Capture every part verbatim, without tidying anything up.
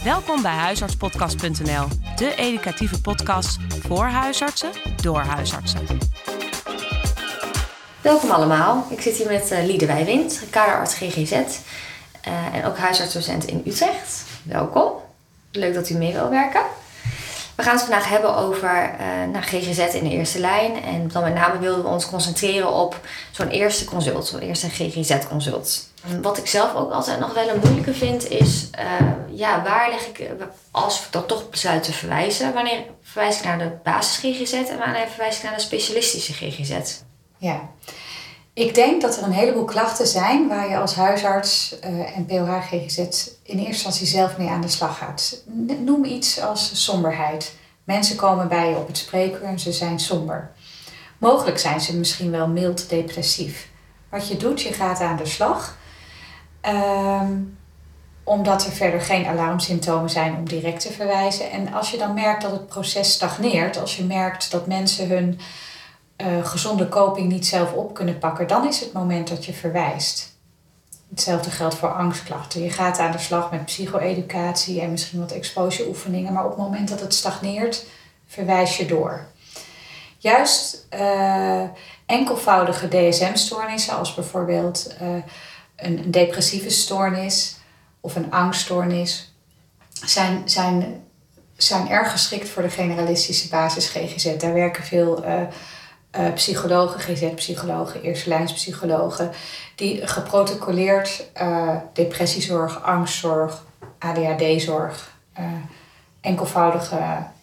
Welkom bij huisartspodcast punt n l, de educatieve podcast voor huisartsen door huisartsen. Welkom allemaal. Ik zit hier met uh, Liede Wijwind, kaderarts G G Z uh, en ook huisartsdocent in Utrecht. Welkom. Leuk dat u mee wil werken. We gaan het vandaag hebben over uh, nou, G G Z in de eerste lijn. En dan met name wilden we ons concentreren op zo'n eerste consult, zo'n eerste G G Z-consult. Wat ik zelf ook altijd nog wel een moeilijke vind is, uh, ja, waar leg ik, als ik dan toch besluit te verwijzen, wanneer verwijs ik naar de basis G G Z en wanneer verwijs ik naar de specialistische G G Z? Ja, ik denk dat er een heleboel klachten zijn waar je als huisarts uh, en P O H G G Z in eerste instantie zelf mee aan de slag gaat. Noem iets als somberheid. Mensen komen bij je op het spreekuur en ze zijn somber. Mogelijk zijn ze misschien wel mild depressief. Wat je doet, je gaat aan de slag. Um, omdat er verder geen alarmsymptomen zijn om direct te verwijzen. En als je dan merkt dat het proces stagneert, als je merkt dat mensen hun uh, gezonde coping niet zelf op kunnen pakken, dan is het moment dat je verwijst. Hetzelfde geldt voor angstklachten. Je gaat aan de slag met psycho-educatie en misschien wat exposure-oefeningen, maar op het moment dat het stagneert, verwijs je door. Juist uh, enkelvoudige D S M-stoornissen, als bijvoorbeeld uh, een, een depressieve stoornis of een angststoornis, zijn, zijn, zijn erg geschikt voor de generalistische basis G G Z. Daar werken veel uh, uh, psychologen, G Z-psychologen, eerstelijnspsychologen, die geprotocoleerd uh, depressiezorg, angstzorg, A D H D-zorg, uh, enkelvoudige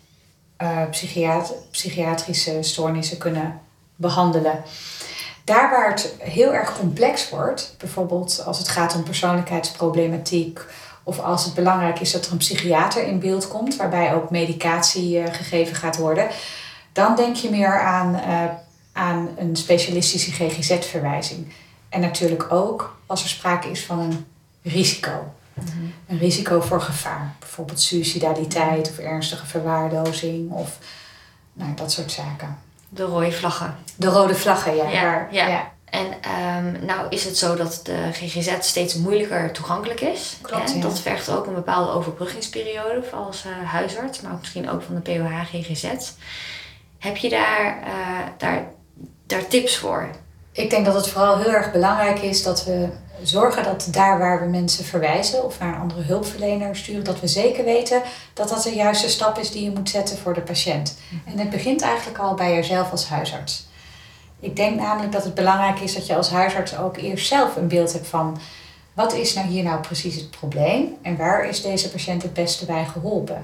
uh, psychiat- psychiatrische stoornissen kunnen behandelen. Daar waar het heel erg complex wordt, bijvoorbeeld als het gaat om persoonlijkheidsproblematiek of als het belangrijk is dat er een psychiater in beeld komt waarbij ook medicatie uh, gegeven gaat worden, dan denk je meer aan, uh, aan een specialistische G G Z-verwijzing. En natuurlijk ook als er sprake is van een risico. Mm-hmm. Een risico voor gevaar. Bijvoorbeeld suïcidaliteit of ernstige verwaarlozing of nou, dat soort zaken. De rode vlaggen. De rode vlaggen, ja. Ja, waar, ja. ja. En um, nou is het zo dat de G G Z steeds moeilijker toegankelijk is. Klopt, en ja. dat vergt ook een bepaalde overbruggingsperiode als uh, huisarts, maar ook misschien ook van de P O H G G Z. Heb je daar, uh, daar, daar tips voor? Ik denk dat het vooral heel erg belangrijk is dat we zorgen dat daar waar we mensen verwijzen of naar een andere hulpverlener sturen, dat we zeker weten dat dat de juiste stap is die je moet zetten voor de patiënt. En het begint eigenlijk al bij jezelf als huisarts. Ik denk namelijk dat het belangrijk is dat je als huisarts ook eerst zelf een beeld hebt van wat is nou hier nou precies het probleem en waar is deze patiënt het beste bij geholpen.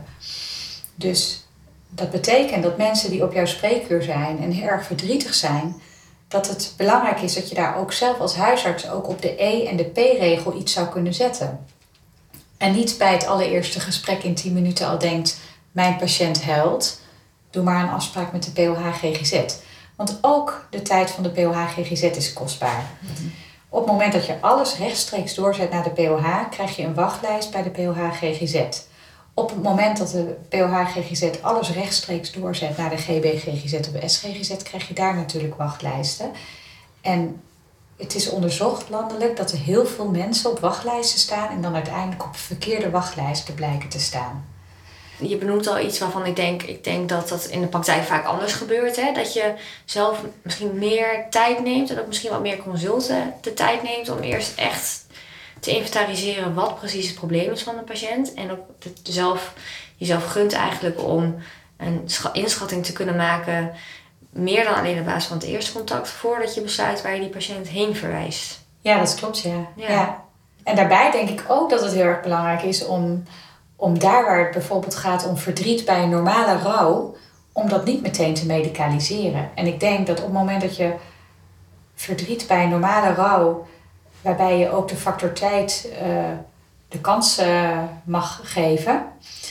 Dus dat betekent dat mensen die op jouw spreekuur zijn en heel erg verdrietig zijn, dat het belangrijk is dat je daar ook zelf als huisarts ook op de E- en de P-regel iets zou kunnen zetten. En niet bij het allereerste gesprek in tien minuten al denkt, mijn patiënt huilt, doe maar een afspraak met de P O H G G Z. Want ook de tijd van de P O H G G Z is kostbaar. Mm-hmm. Op het moment dat je alles rechtstreeks doorzet naar de P O H, krijg je een wachtlijst bij de P O H G G Z. Op het moment dat de P O H G G Z alles rechtstreeks doorzet naar de G B G G Z of S G G Z, krijg je daar natuurlijk wachtlijsten. En het is onderzocht landelijk dat er heel veel mensen op wachtlijsten staan en dan uiteindelijk op verkeerde wachtlijsten blijken te staan. Je benoemt al iets waarvan ik denk, ik denk dat dat in de praktijk vaak anders gebeurt. Hè? Dat je zelf misschien meer tijd neemt en ook misschien wat meer consulten de tijd neemt om eerst echt te inventariseren wat precies het probleem is van de patiënt. En ook zelf, jezelf gunt eigenlijk om een inschatting te kunnen maken, meer dan alleen op basis van het eerste contact, voordat je besluit waar je die patiënt heen verwijst. Ja, dat klopt, ja. Ja. ja. En daarbij denk ik ook dat het heel erg belangrijk is om, om daar waar het bijvoorbeeld gaat om verdriet bij een normale rouw, om dat niet meteen te medicaliseren. En ik denk dat op het moment dat je verdriet bij een normale rouw, waarbij je ook de factor tijd uh, de kans uh, mag geven,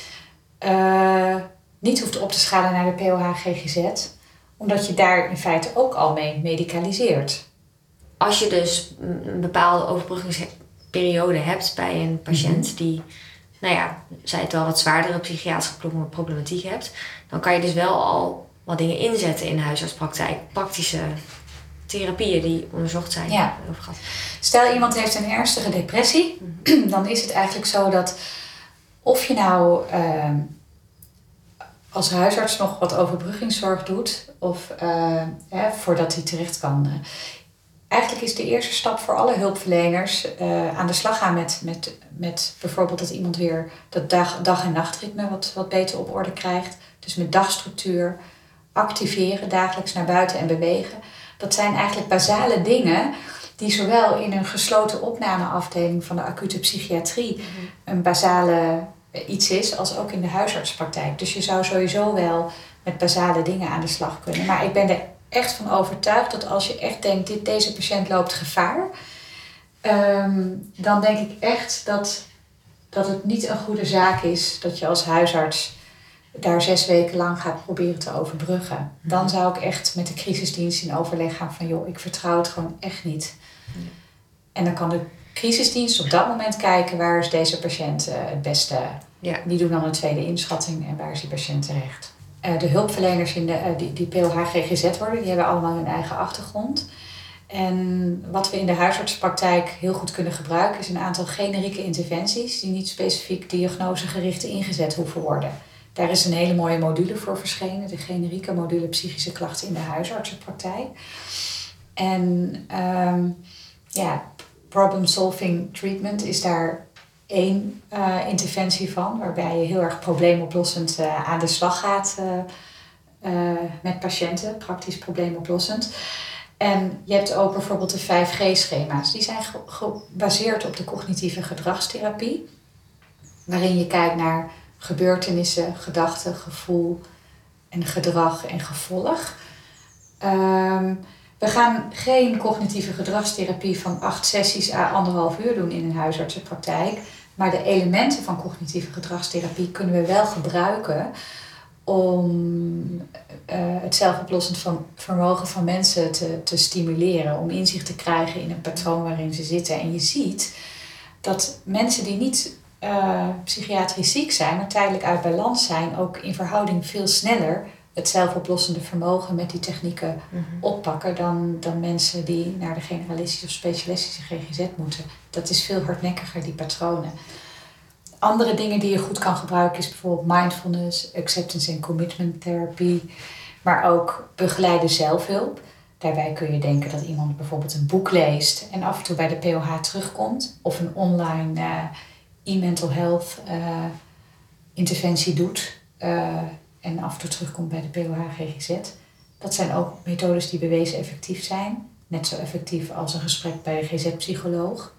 uh, niet hoeft op te schalen naar de P O H G G Z, omdat je daar in feite ook al mee medicaliseert. Als je dus een bepaalde overbruggingsperiode hebt bij een patiënt mm-hmm. die, nou ja, zei het wel, wat zwaardere psychiatrische problematiek hebt, dan kan je dus wel al wat dingen inzetten in de huisartspraktijk, praktische therapieën die onderzocht zijn. Ja. Over gehad. Stel iemand heeft een ernstige depressie, mm-hmm. dan is het eigenlijk zo dat of je nou uh, als huisarts nog wat overbruggingszorg doet of uh, hè, voordat hij terecht kan. Uh, eigenlijk is de eerste stap voor alle hulpverleners uh, aan de slag gaan met, met, met bijvoorbeeld dat iemand weer dat dag, dag- en nachtritme wat, wat beter op orde krijgt. Dus met dagstructuur, activeren, dagelijks naar buiten en bewegen. Dat zijn eigenlijk basale dingen die zowel in een gesloten opnameafdeling van de acute psychiatrie mm-hmm. een basale iets is, als ook in de huisartspraktijk. Dus je zou sowieso wel met basale dingen aan de slag kunnen. Maar ik ben er echt van overtuigd dat als je echt denkt, dit, deze patiënt loopt gevaar, um, dan denk ik echt dat, dat het niet een goede zaak is dat je als huisarts daar zes weken lang gaat proberen te overbruggen. Dan zou ik echt met de crisisdienst in overleg gaan van joh, ik vertrouw het gewoon echt niet. Ja. En dan kan de crisisdienst op dat moment kijken waar is deze patiënt uh, het beste. Ja. Die doen dan een tweede inschatting en waar is die patiënt terecht. Uh, de hulpverleners in de, uh, die, die P O H G G Z worden, die hebben allemaal hun eigen achtergrond. En wat we in de huisartspraktijk heel goed kunnen gebruiken is een aantal generieke interventies die niet specifiek diagnosegericht ingezet hoeven worden. Daar is een hele mooie module voor verschenen, de generieke module psychische klachten in de huisartsenpraktijk. En um, ja, problem solving treatment is daar één uh, interventie van, waarbij je heel erg probleemoplossend uh, aan de slag gaat uh, uh, met patiënten, praktisch probleemoplossend. En je hebt ook bijvoorbeeld de vijf G schema's. Die zijn ge- gebaseerd op de cognitieve gedragstherapie, waarin je kijkt naar gebeurtenissen, gedachten, gevoel en gedrag en gevolg. Um, we gaan geen cognitieve gedragstherapie van acht sessies à anderhalf uur doen in een huisartsenpraktijk. Maar de elementen van cognitieve gedragstherapie kunnen we wel gebruiken om uh, het zelfoplossend van vermogen van mensen te, te stimuleren. Om inzicht te krijgen in een patroon waarin ze zitten. En je ziet dat mensen die niet uh, psychiatrisch ziek zijn, maar tijdelijk uit balans zijn, ook in verhouding veel sneller het zelfoplossende vermogen met die technieken mm-hmm. oppakken dan, dan mensen die naar de generalistische of specialistische G G Z moeten. Dat is veel hardnekkiger, die patronen. Andere dingen die je goed kan gebruiken is bijvoorbeeld mindfulness, acceptance en commitment therapie, maar ook begeleide zelfhulp. Daarbij kun je denken dat iemand bijvoorbeeld een boek leest en af en toe bij de P O H terugkomt of een online uh, e-mental health uh, interventie doet. Uh, en af en toe terugkomt bij de P O H G G Z. Dat zijn ook methodes die bewezen effectief zijn. Net zo effectief als een gesprek bij een G Z-psycholoog.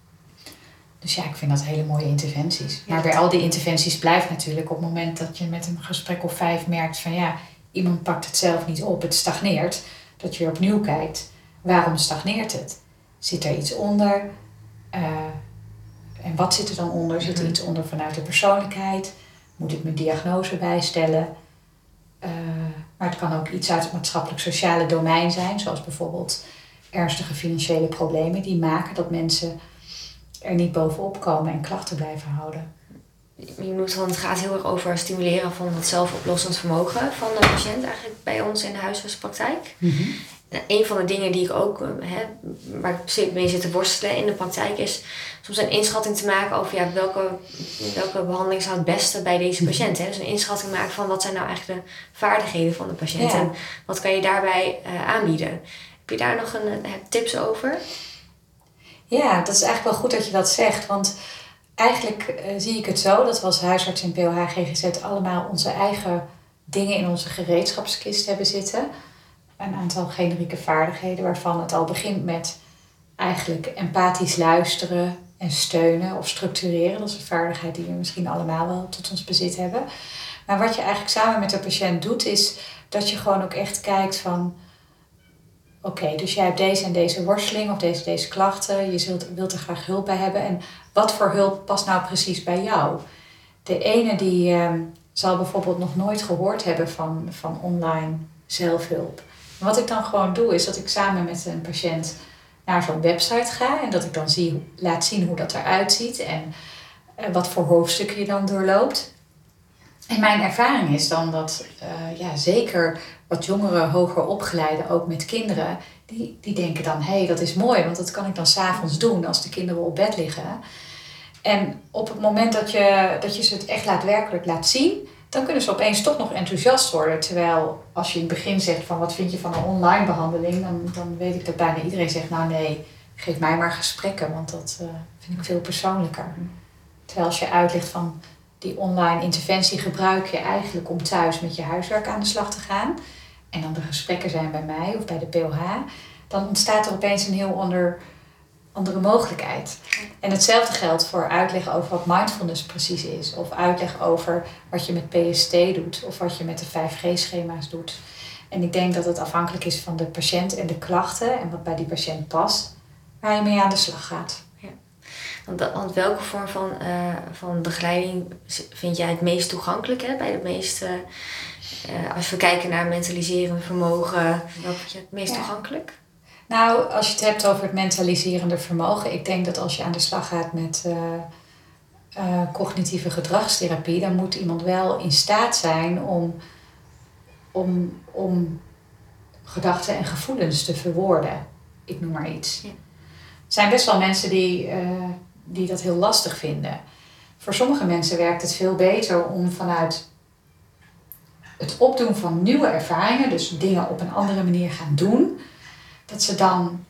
Dus ja, ik vind dat hele mooie interventies. Maar bij al die interventies blijft natuurlijk op het moment dat je met een gesprek of vijf merkt van ja, iemand pakt het zelf niet op, het stagneert. Dat je weer opnieuw kijkt, waarom stagneert het? Zit er iets onder? Uh, en wat zit er dan onder? Zit er iets onder vanuit de persoonlijkheid? Moet ik mijn diagnose bijstellen? Uh, maar het kan ook iets uit het maatschappelijk-sociale domein zijn, zoals bijvoorbeeld ernstige financiële problemen die maken dat mensen er niet bovenop komen en klachten blijven houden. Je noemt van het gaat heel erg over stimuleren van het zelfoplossend vermogen van de patiënt eigenlijk bij ons in de huisartspraktijk. Mm-hmm. Een van de dingen die ik ook, hè, waar ik mee zit te worstelen in de praktijk is soms een inschatting te maken over ja, welke, welke behandeling zou het beste bij deze patiënt. Hè? Dus een inschatting maken van wat zijn nou eigenlijk de vaardigheden van de patiënt ja. en wat kan je daarbij uh, aanbieden. Heb je daar nog een, uh, tips over? Ja, dat is eigenlijk wel goed dat je dat zegt, want eigenlijk uh, zie ik het zo dat we als huisarts in P O H G G Z allemaal onze eigen dingen in onze gereedschapskist hebben zitten. Een aantal generieke vaardigheden waarvan het al begint met eigenlijk empathisch luisteren en steunen of structureren. Dat is een vaardigheid die we misschien allemaal wel tot ons bezit hebben. Maar wat je eigenlijk samen met de patiënt doet is dat je gewoon ook echt kijkt van oké, okay, dus jij hebt deze en deze worsteling of deze deze klachten. Je zult, wilt er graag hulp bij hebben. En wat voor hulp past nou precies bij jou? De ene die uh, zal bijvoorbeeld nog nooit gehoord hebben van, van online zelfhulp. En wat ik dan gewoon doe is dat ik samen met een patiënt naar zo'n website ga. En dat ik dan zie, laat zien hoe dat eruit ziet. En uh, wat voor hoofdstukken je dan doorloopt. En mijn ervaring is dan dat uh, ja, zeker wat jongere, hoger opgeleiden, ook met kinderen, die, die denken dan, hé, hey, dat is mooi, want dat kan ik dan 's avonds doen als de kinderen op bed liggen. En op het moment dat je, dat je ze het echt laat werkelijk laat zien, dan kunnen ze opeens toch nog enthousiast worden. Terwijl als je in het begin zegt van wat vind je van een online behandeling, dan, dan weet ik dat bijna iedereen zegt nou nee, geef mij maar gesprekken, want dat uh, vind ik veel persoonlijker. Terwijl als je uitlegt van die online interventie gebruik je eigenlijk om thuis met je huiswerk aan de slag te gaan. En dan de gesprekken zijn bij mij of bij de P O H. Dan ontstaat er opeens een heel ander, andere mogelijkheid. En hetzelfde geldt voor uitleg over wat mindfulness precies is. Of uitleg over wat je met P S T doet. Of wat je met de vijf G schema's doet. En ik denk dat het afhankelijk is van de patiënt en de klachten. En wat bij die patiënt past. Waar je mee aan de slag gaat. Want, want welke vorm van, uh, van begeleiding vind jij het meest toegankelijk? Hè? Bij de meeste, uh, als we kijken naar mentaliserende vermogen, welke vind je het meest ja. toegankelijk? Nou, als je het hebt over het mentaliserende vermogen. Ik denk dat als je aan de slag gaat met uh, uh, cognitieve gedragstherapie, dan moet iemand wel in staat zijn om, om, om gedachten en gevoelens te verwoorden. Ik noem maar iets. Ja. Er zijn best wel mensen die, uh, die dat heel lastig vinden. Voor sommige mensen werkt het veel beter om vanuit het opdoen van nieuwe ervaringen, dus dingen op een andere manier gaan doen, dat ze dan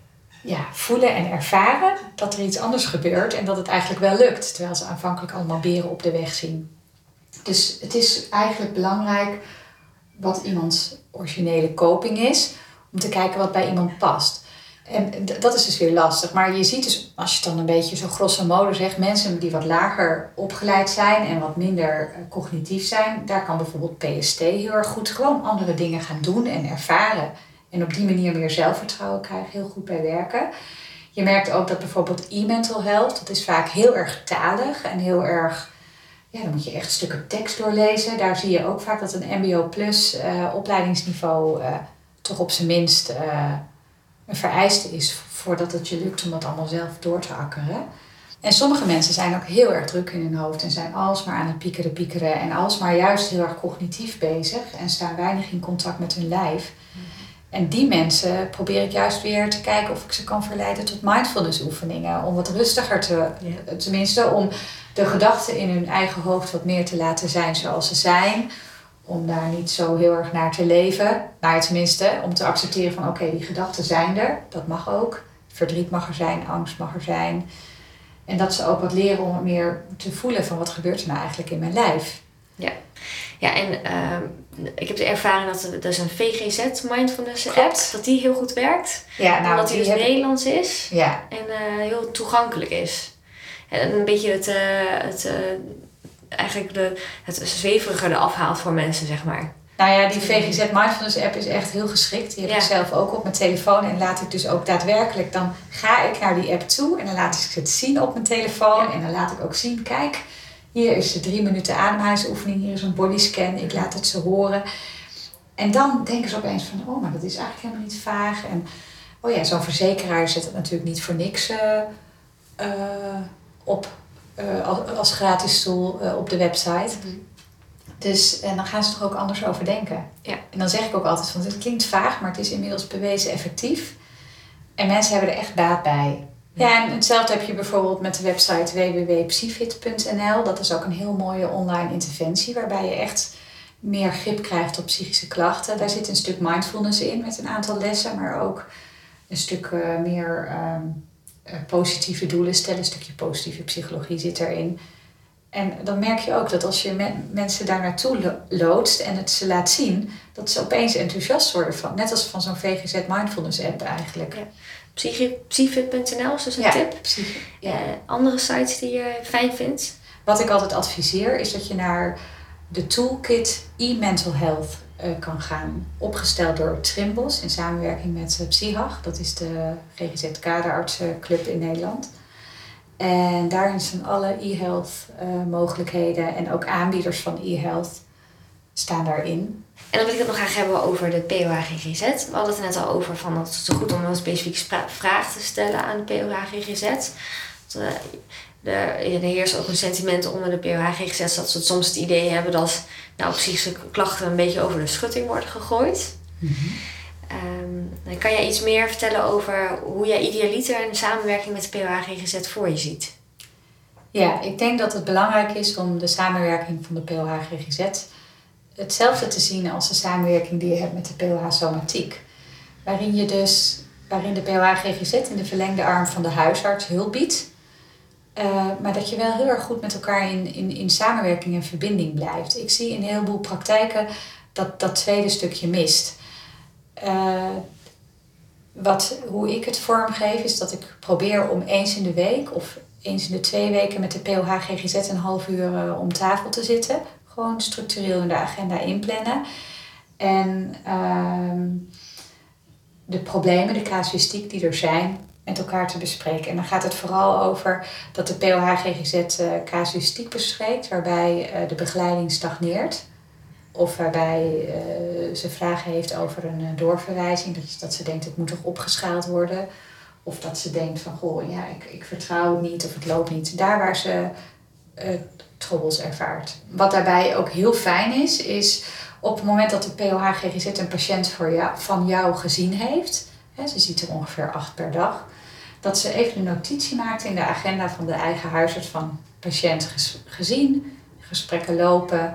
ja, voelen en ervaren dat er iets anders gebeurt en dat het eigenlijk wel lukt, terwijl ze aanvankelijk allemaal beren op de weg zien. Dus het is eigenlijk belangrijk wat iemands originele coping is, om te kijken wat bij iemand past. En dat is dus weer lastig. Maar je ziet dus, als je het dan een beetje zo grosso modo zegt, mensen die wat lager opgeleid zijn en wat minder cognitief zijn, daar kan bijvoorbeeld P S T heel erg goed gewoon andere dingen gaan doen en ervaren. En op die manier meer zelfvertrouwen krijgen, heel goed bij werken. Je merkt ook dat bijvoorbeeld e-mental health, dat is vaak heel erg talig en heel erg, ja, dan moet je echt stukken tekst doorlezen. Daar zie je ook vaak dat een M B O plus uh, opleidingsniveau uh, toch op zijn minst Uh, een vereiste is voordat het je lukt om dat allemaal zelf door te akkeren. En sommige mensen zijn ook heel erg druk in hun hoofd en zijn alsmaar aan het piekeren, piekeren en alsmaar juist heel erg cognitief bezig en staan weinig in contact met hun lijf. Mm-hmm. En die mensen probeer ik juist weer te kijken of ik ze kan verleiden tot mindfulness oefeningen, om wat rustiger te, yeah. tenminste om de gedachten in hun eigen hoofd wat meer te laten zijn zoals ze zijn. Om daar niet zo heel erg naar te leven. Nou, tenminste, om te accepteren van oké, okay, die gedachten zijn er. Dat mag ook. Verdriet mag er zijn, angst mag er zijn. En dat ze ook wat leren om meer te voelen van wat gebeurt er nou eigenlijk in mijn lijf. Ja, ja en uh, ik heb de ervaring dat er, dat is een V G Z mindfulness app, Klopt. dat die heel goed werkt. Ja, nou, omdat die, die dus heb... Nederlands is ja. en uh, heel toegankelijk is. En een beetje het... Uh, het uh, eigenlijk de, het zweverige eraf haalt voor mensen, zeg maar. Nou ja, die V G Z Mindfulness app is echt heel geschikt. Die heb ja. ik zelf ook op mijn telefoon. En laat ik dus ook daadwerkelijk, dan ga ik naar die app toe. En dan laat ik het zien op mijn telefoon. Ja. En dan laat ik ook zien, kijk, hier is de drie minuten ademhalingsoefening. Hier is een bodyscan. Ik laat het ze horen. En dan denken ze opeens van, oh, maar dat is eigenlijk helemaal niet vaag. En oh ja, zo'n verzekeraar zet het natuurlijk niet voor niks uh, uh, op. Uh, als, als gratis tool uh, op de website. Mm-hmm. Dus en dan gaan ze er ook anders over denken. Ja. En dan zeg ik ook altijd van, het klinkt vaag, maar het is inmiddels bewezen effectief. En mensen hebben er echt baat bij. Ja, ja en hetzelfde heb je bijvoorbeeld met de website w w w punt psyfit punt n l. Dat is ook een heel mooie online interventie waarbij je echt meer grip krijgt op psychische klachten. Daar zit een stuk mindfulness in met een aantal lessen, maar ook een stuk uh, meer Um, Uh, positieve doelen stellen, een stukje positieve psychologie zit erin. En dan merk je ook dat als je me- mensen daar naartoe lo- loodst en het ze laat zien, dat ze opeens enthousiast worden van, net als van zo'n V G Z Mindfulness app eigenlijk. Ja. psyfit punt n l is dus een ja, tip. Psych- ja. Uh, andere sites die je fijn vindt? Wat ik altijd adviseer is dat je naar de toolkit e-mental health uh, kan gaan. Opgesteld door Trimbos in samenwerking met uh, Psyhag. Dat is de G G Z kaderartsenclub in Nederland. En daarin zijn alle e-health uh, mogelijkheden en ook aanbieders van e-health staan daarin. En dan wil ik het nog graag hebben over de P O H G G Z. We hadden het net al over van dat het zo goed om een specifieke spra- vraag te stellen aan de P O H G G Z. Dat, uh, Er heerst ook een sentiment onder de P O H G G Z dat ze soms het idee hebben dat nou, psychische klachten een beetje over de schutting worden gegooid. Mm-hmm. Um, kan jij iets meer vertellen over hoe jij idealiter een samenwerking met de P O H G G Z voor je ziet? Ja, ik denk dat het belangrijk is om de samenwerking van de P O H G G Z hetzelfde te zien als de samenwerking die je hebt met de P O H Somatiek. Waarin je dus, waarin de P O H G G Z in de verlengde arm van de huisarts hulp biedt. Uh, maar dat je wel heel erg goed met elkaar in, in, in samenwerking en verbinding blijft. Ik zie in een heleboel praktijken dat dat tweede stukje mist. Uh, wat, hoe ik het vormgeef is dat ik probeer om eens in de week of eens in de twee weken met de P O H G G Z een half uur uh, om tafel te zitten. Gewoon structureel in de agenda inplannen. En uh, de problemen, de casuïstiek die er zijn, met elkaar te bespreken. En dan gaat het vooral over dat de P O H G G Z uh, casuïstiek bespreekt, waarbij uh, de begeleiding stagneert. Of waarbij uh, ze vragen heeft over een uh, doorverwijzing, dat, dat ze denkt het moet toch opgeschaald worden. Of dat ze denkt van goh, ja, ik, ik vertrouw het niet of het loopt niet. Daar waar ze uh, troubles ervaart. Wat daarbij ook heel fijn is, is op het moment dat de P O H G G Z een patiënt voor jou, van jou gezien heeft, hè, ze ziet er ongeveer acht per dag, dat ze even een notitie maakt in de agenda van de eigen huisarts van patiënt ges, gezien, gesprekken lopen,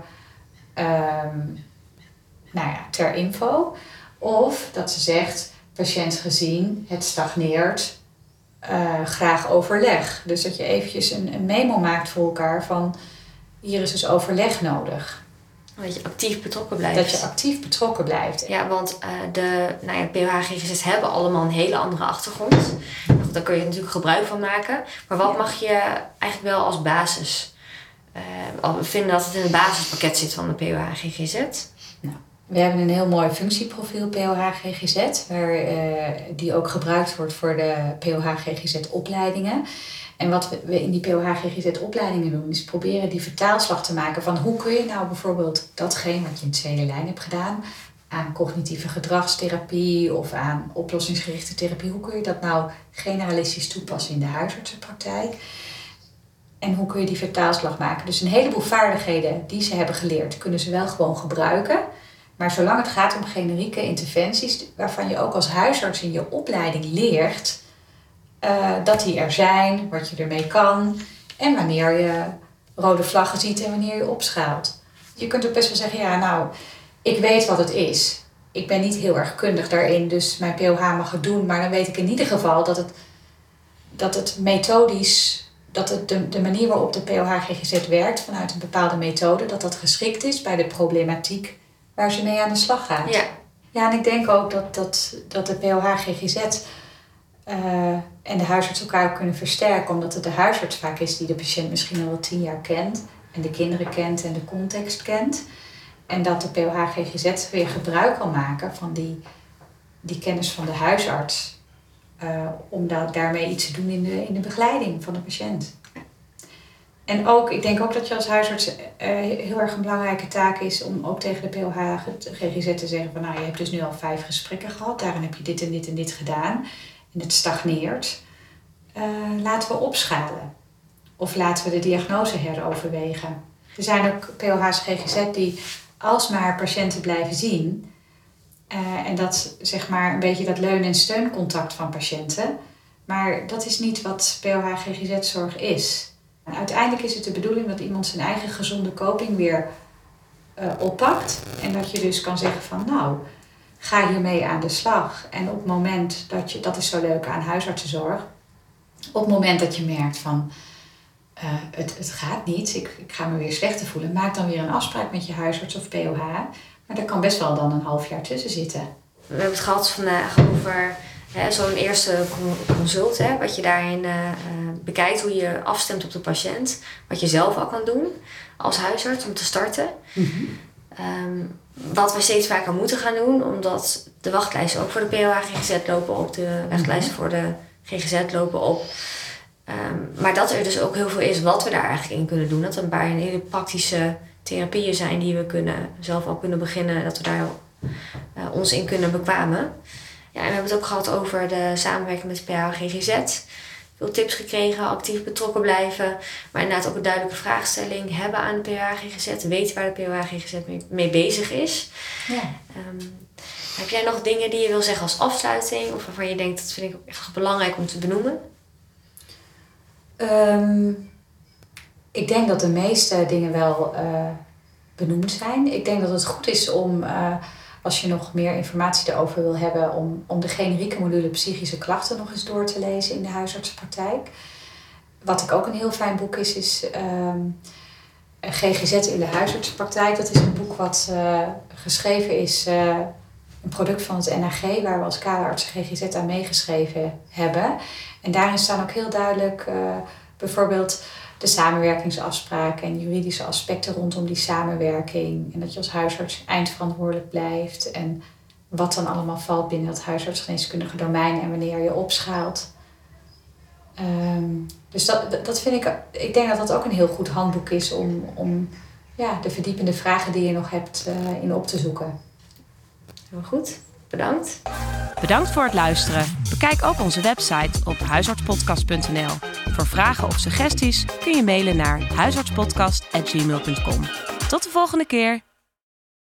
um, nou ja, ter info. Of dat ze zegt, patiënt gezien, het stagneert, uh, graag overleg. Dus dat je eventjes een, een memo maakt voor elkaar van, hier is dus overleg nodig. Dat je actief betrokken blijft. Dat je actief betrokken blijft. Ja, want uh, de nou ja, P O H G G Z hebben allemaal een hele andere achtergrond. Daar kun je natuurlijk gebruik van maken. Maar wat ja. mag je eigenlijk wel als basis uh, vinden dat het in het basispakket zit van de P O H G G Z? Nou, we hebben een heel mooi functieprofiel P O H G G Z. Waar, uh, die ook gebruikt wordt voor de P O H G G Z opleidingen. En wat we in die P O H G G Z opleidingen doen, is proberen die vertaalslag te maken van hoe kun je nou bijvoorbeeld datgene wat je in de tweede lijn hebt gedaan, aan cognitieve gedragstherapie of aan oplossingsgerichte therapie, hoe kun je dat nou generalistisch toepassen in de huisartsenpraktijk? En hoe kun je die vertaalslag maken? Dus een heleboel vaardigheden die ze hebben geleerd, kunnen ze wel gewoon gebruiken. Maar zolang het gaat om generieke interventies, waarvan je ook als huisarts in je opleiding leert Uh, dat die er zijn, wat je ermee kan en wanneer je rode vlaggen ziet en wanneer je opschaalt. Je kunt ook best wel zeggen, ja nou, ik weet wat het is. Ik ben niet heel erg kundig daarin, dus mijn P O H mag het doen. Maar dan weet ik in ieder geval dat het, dat het methodisch, dat het de, de manier waarop de P O H G G Z werkt vanuit een bepaalde methode, dat dat geschikt is bij de problematiek waar ze mee aan de slag gaat. Ja, ja en ik denk ook dat, dat, dat de P O H G G Z Uh, en de huisarts elkaar kunnen versterken, omdat het de huisarts vaak is die de patiënt misschien al wel tien jaar kent en de kinderen kent en de context kent. En dat de P O H G G Z weer gebruik kan maken van die, die kennis van de huisarts uh, om da- daarmee iets te doen in de, in de begeleiding van de patiënt. En ook, ik denk ook dat je als huisarts uh, heel erg een belangrijke taak is om ook tegen de P O H G G Z te zeggen van nou, je hebt dus nu al vijf gesprekken gehad, daarin heb je dit en dit en dit gedaan. En het stagneert, uh, laten we opschalen. Of laten we de diagnose heroverwegen. Er zijn ook P O H's G G Z die alsmaar patiënten blijven zien. Uh, en dat zeg maar een beetje dat leun- en steuncontact van patiënten. Maar dat is niet wat P O H G G Z-zorg is. En uiteindelijk is het de bedoeling dat iemand zijn eigen gezonde coping weer uh, oppakt. En dat je dus kan zeggen van nou, ga hiermee aan de slag. En op het moment dat je, dat is zo leuk aan huisartsenzorg, op het moment dat je merkt van uh, het, het gaat niet, ik, ik ga me weer slechter voelen, maak dan weer een afspraak met je huisarts of P O H. Maar er kan best wel dan een half jaar tussen zitten. We hebben het gehad vandaag over hè, zo'n eerste consult, hè, wat je daarin uh, bekijkt, hoe je afstemt op de patiënt, wat je zelf al kan doen als huisarts om te starten. Mm-hmm. Um, wat we steeds vaker moeten gaan doen, omdat de wachtlijsten ook voor de P O H G G Z lopen op, de wachtlijsten voor de G G Z lopen op. Um, maar dat er dus ook heel veel is wat we daar eigenlijk in kunnen doen. Dat er een paar hele praktische therapieën zijn die we kunnen, zelf al kunnen beginnen, dat we daar uh, ons in kunnen bekwamen. Ja, en we hebben het ook gehad over de samenwerking met de P O H G G Z. Veel tips gekregen, actief betrokken blijven. Maar inderdaad ook een duidelijke vraagstelling hebben aan de P O H G G Z. Weten waar de P O H G G Z mee, mee bezig is. Ja. Um, heb jij nog dingen die je wil zeggen als afsluiting? Of waarvan je denkt, dat vind ik echt belangrijk om te benoemen? Um, Ik denk dat de meeste dingen wel uh, benoemd zijn. Ik denk dat het goed is om, uh, als je nog meer informatie erover wil hebben, om, om de generieke module psychische klachten nog eens door te lezen in de huisartsenpraktijk. Wat ik ook een heel fijn boek is, is uh, G G Z in de huisartsenpraktijk. Dat is een boek wat uh, geschreven is, uh, een product van het N H G, waar we als kaderartsen G G Z aan meegeschreven hebben. En daarin staan ook heel duidelijk uh, bijvoorbeeld de samenwerkingsafspraken en juridische aspecten rondom die samenwerking. En dat je als huisarts eindverantwoordelijk blijft. En wat dan allemaal valt binnen dat huisartsgeneeskundige domein en wanneer je opschaalt. Um, dus dat, dat vind ik, ik denk dat dat ook een heel goed handboek is om, om ja, de verdiepende vragen die je nog hebt uh, in op te zoeken. Heel goed, bedankt. Bedankt voor het luisteren. Bekijk ook onze website op huisartspodcast punt n l. Voor vragen of suggesties kun je mailen naar huisartspodcast apenstaartje gmail punt com. Tot de volgende keer!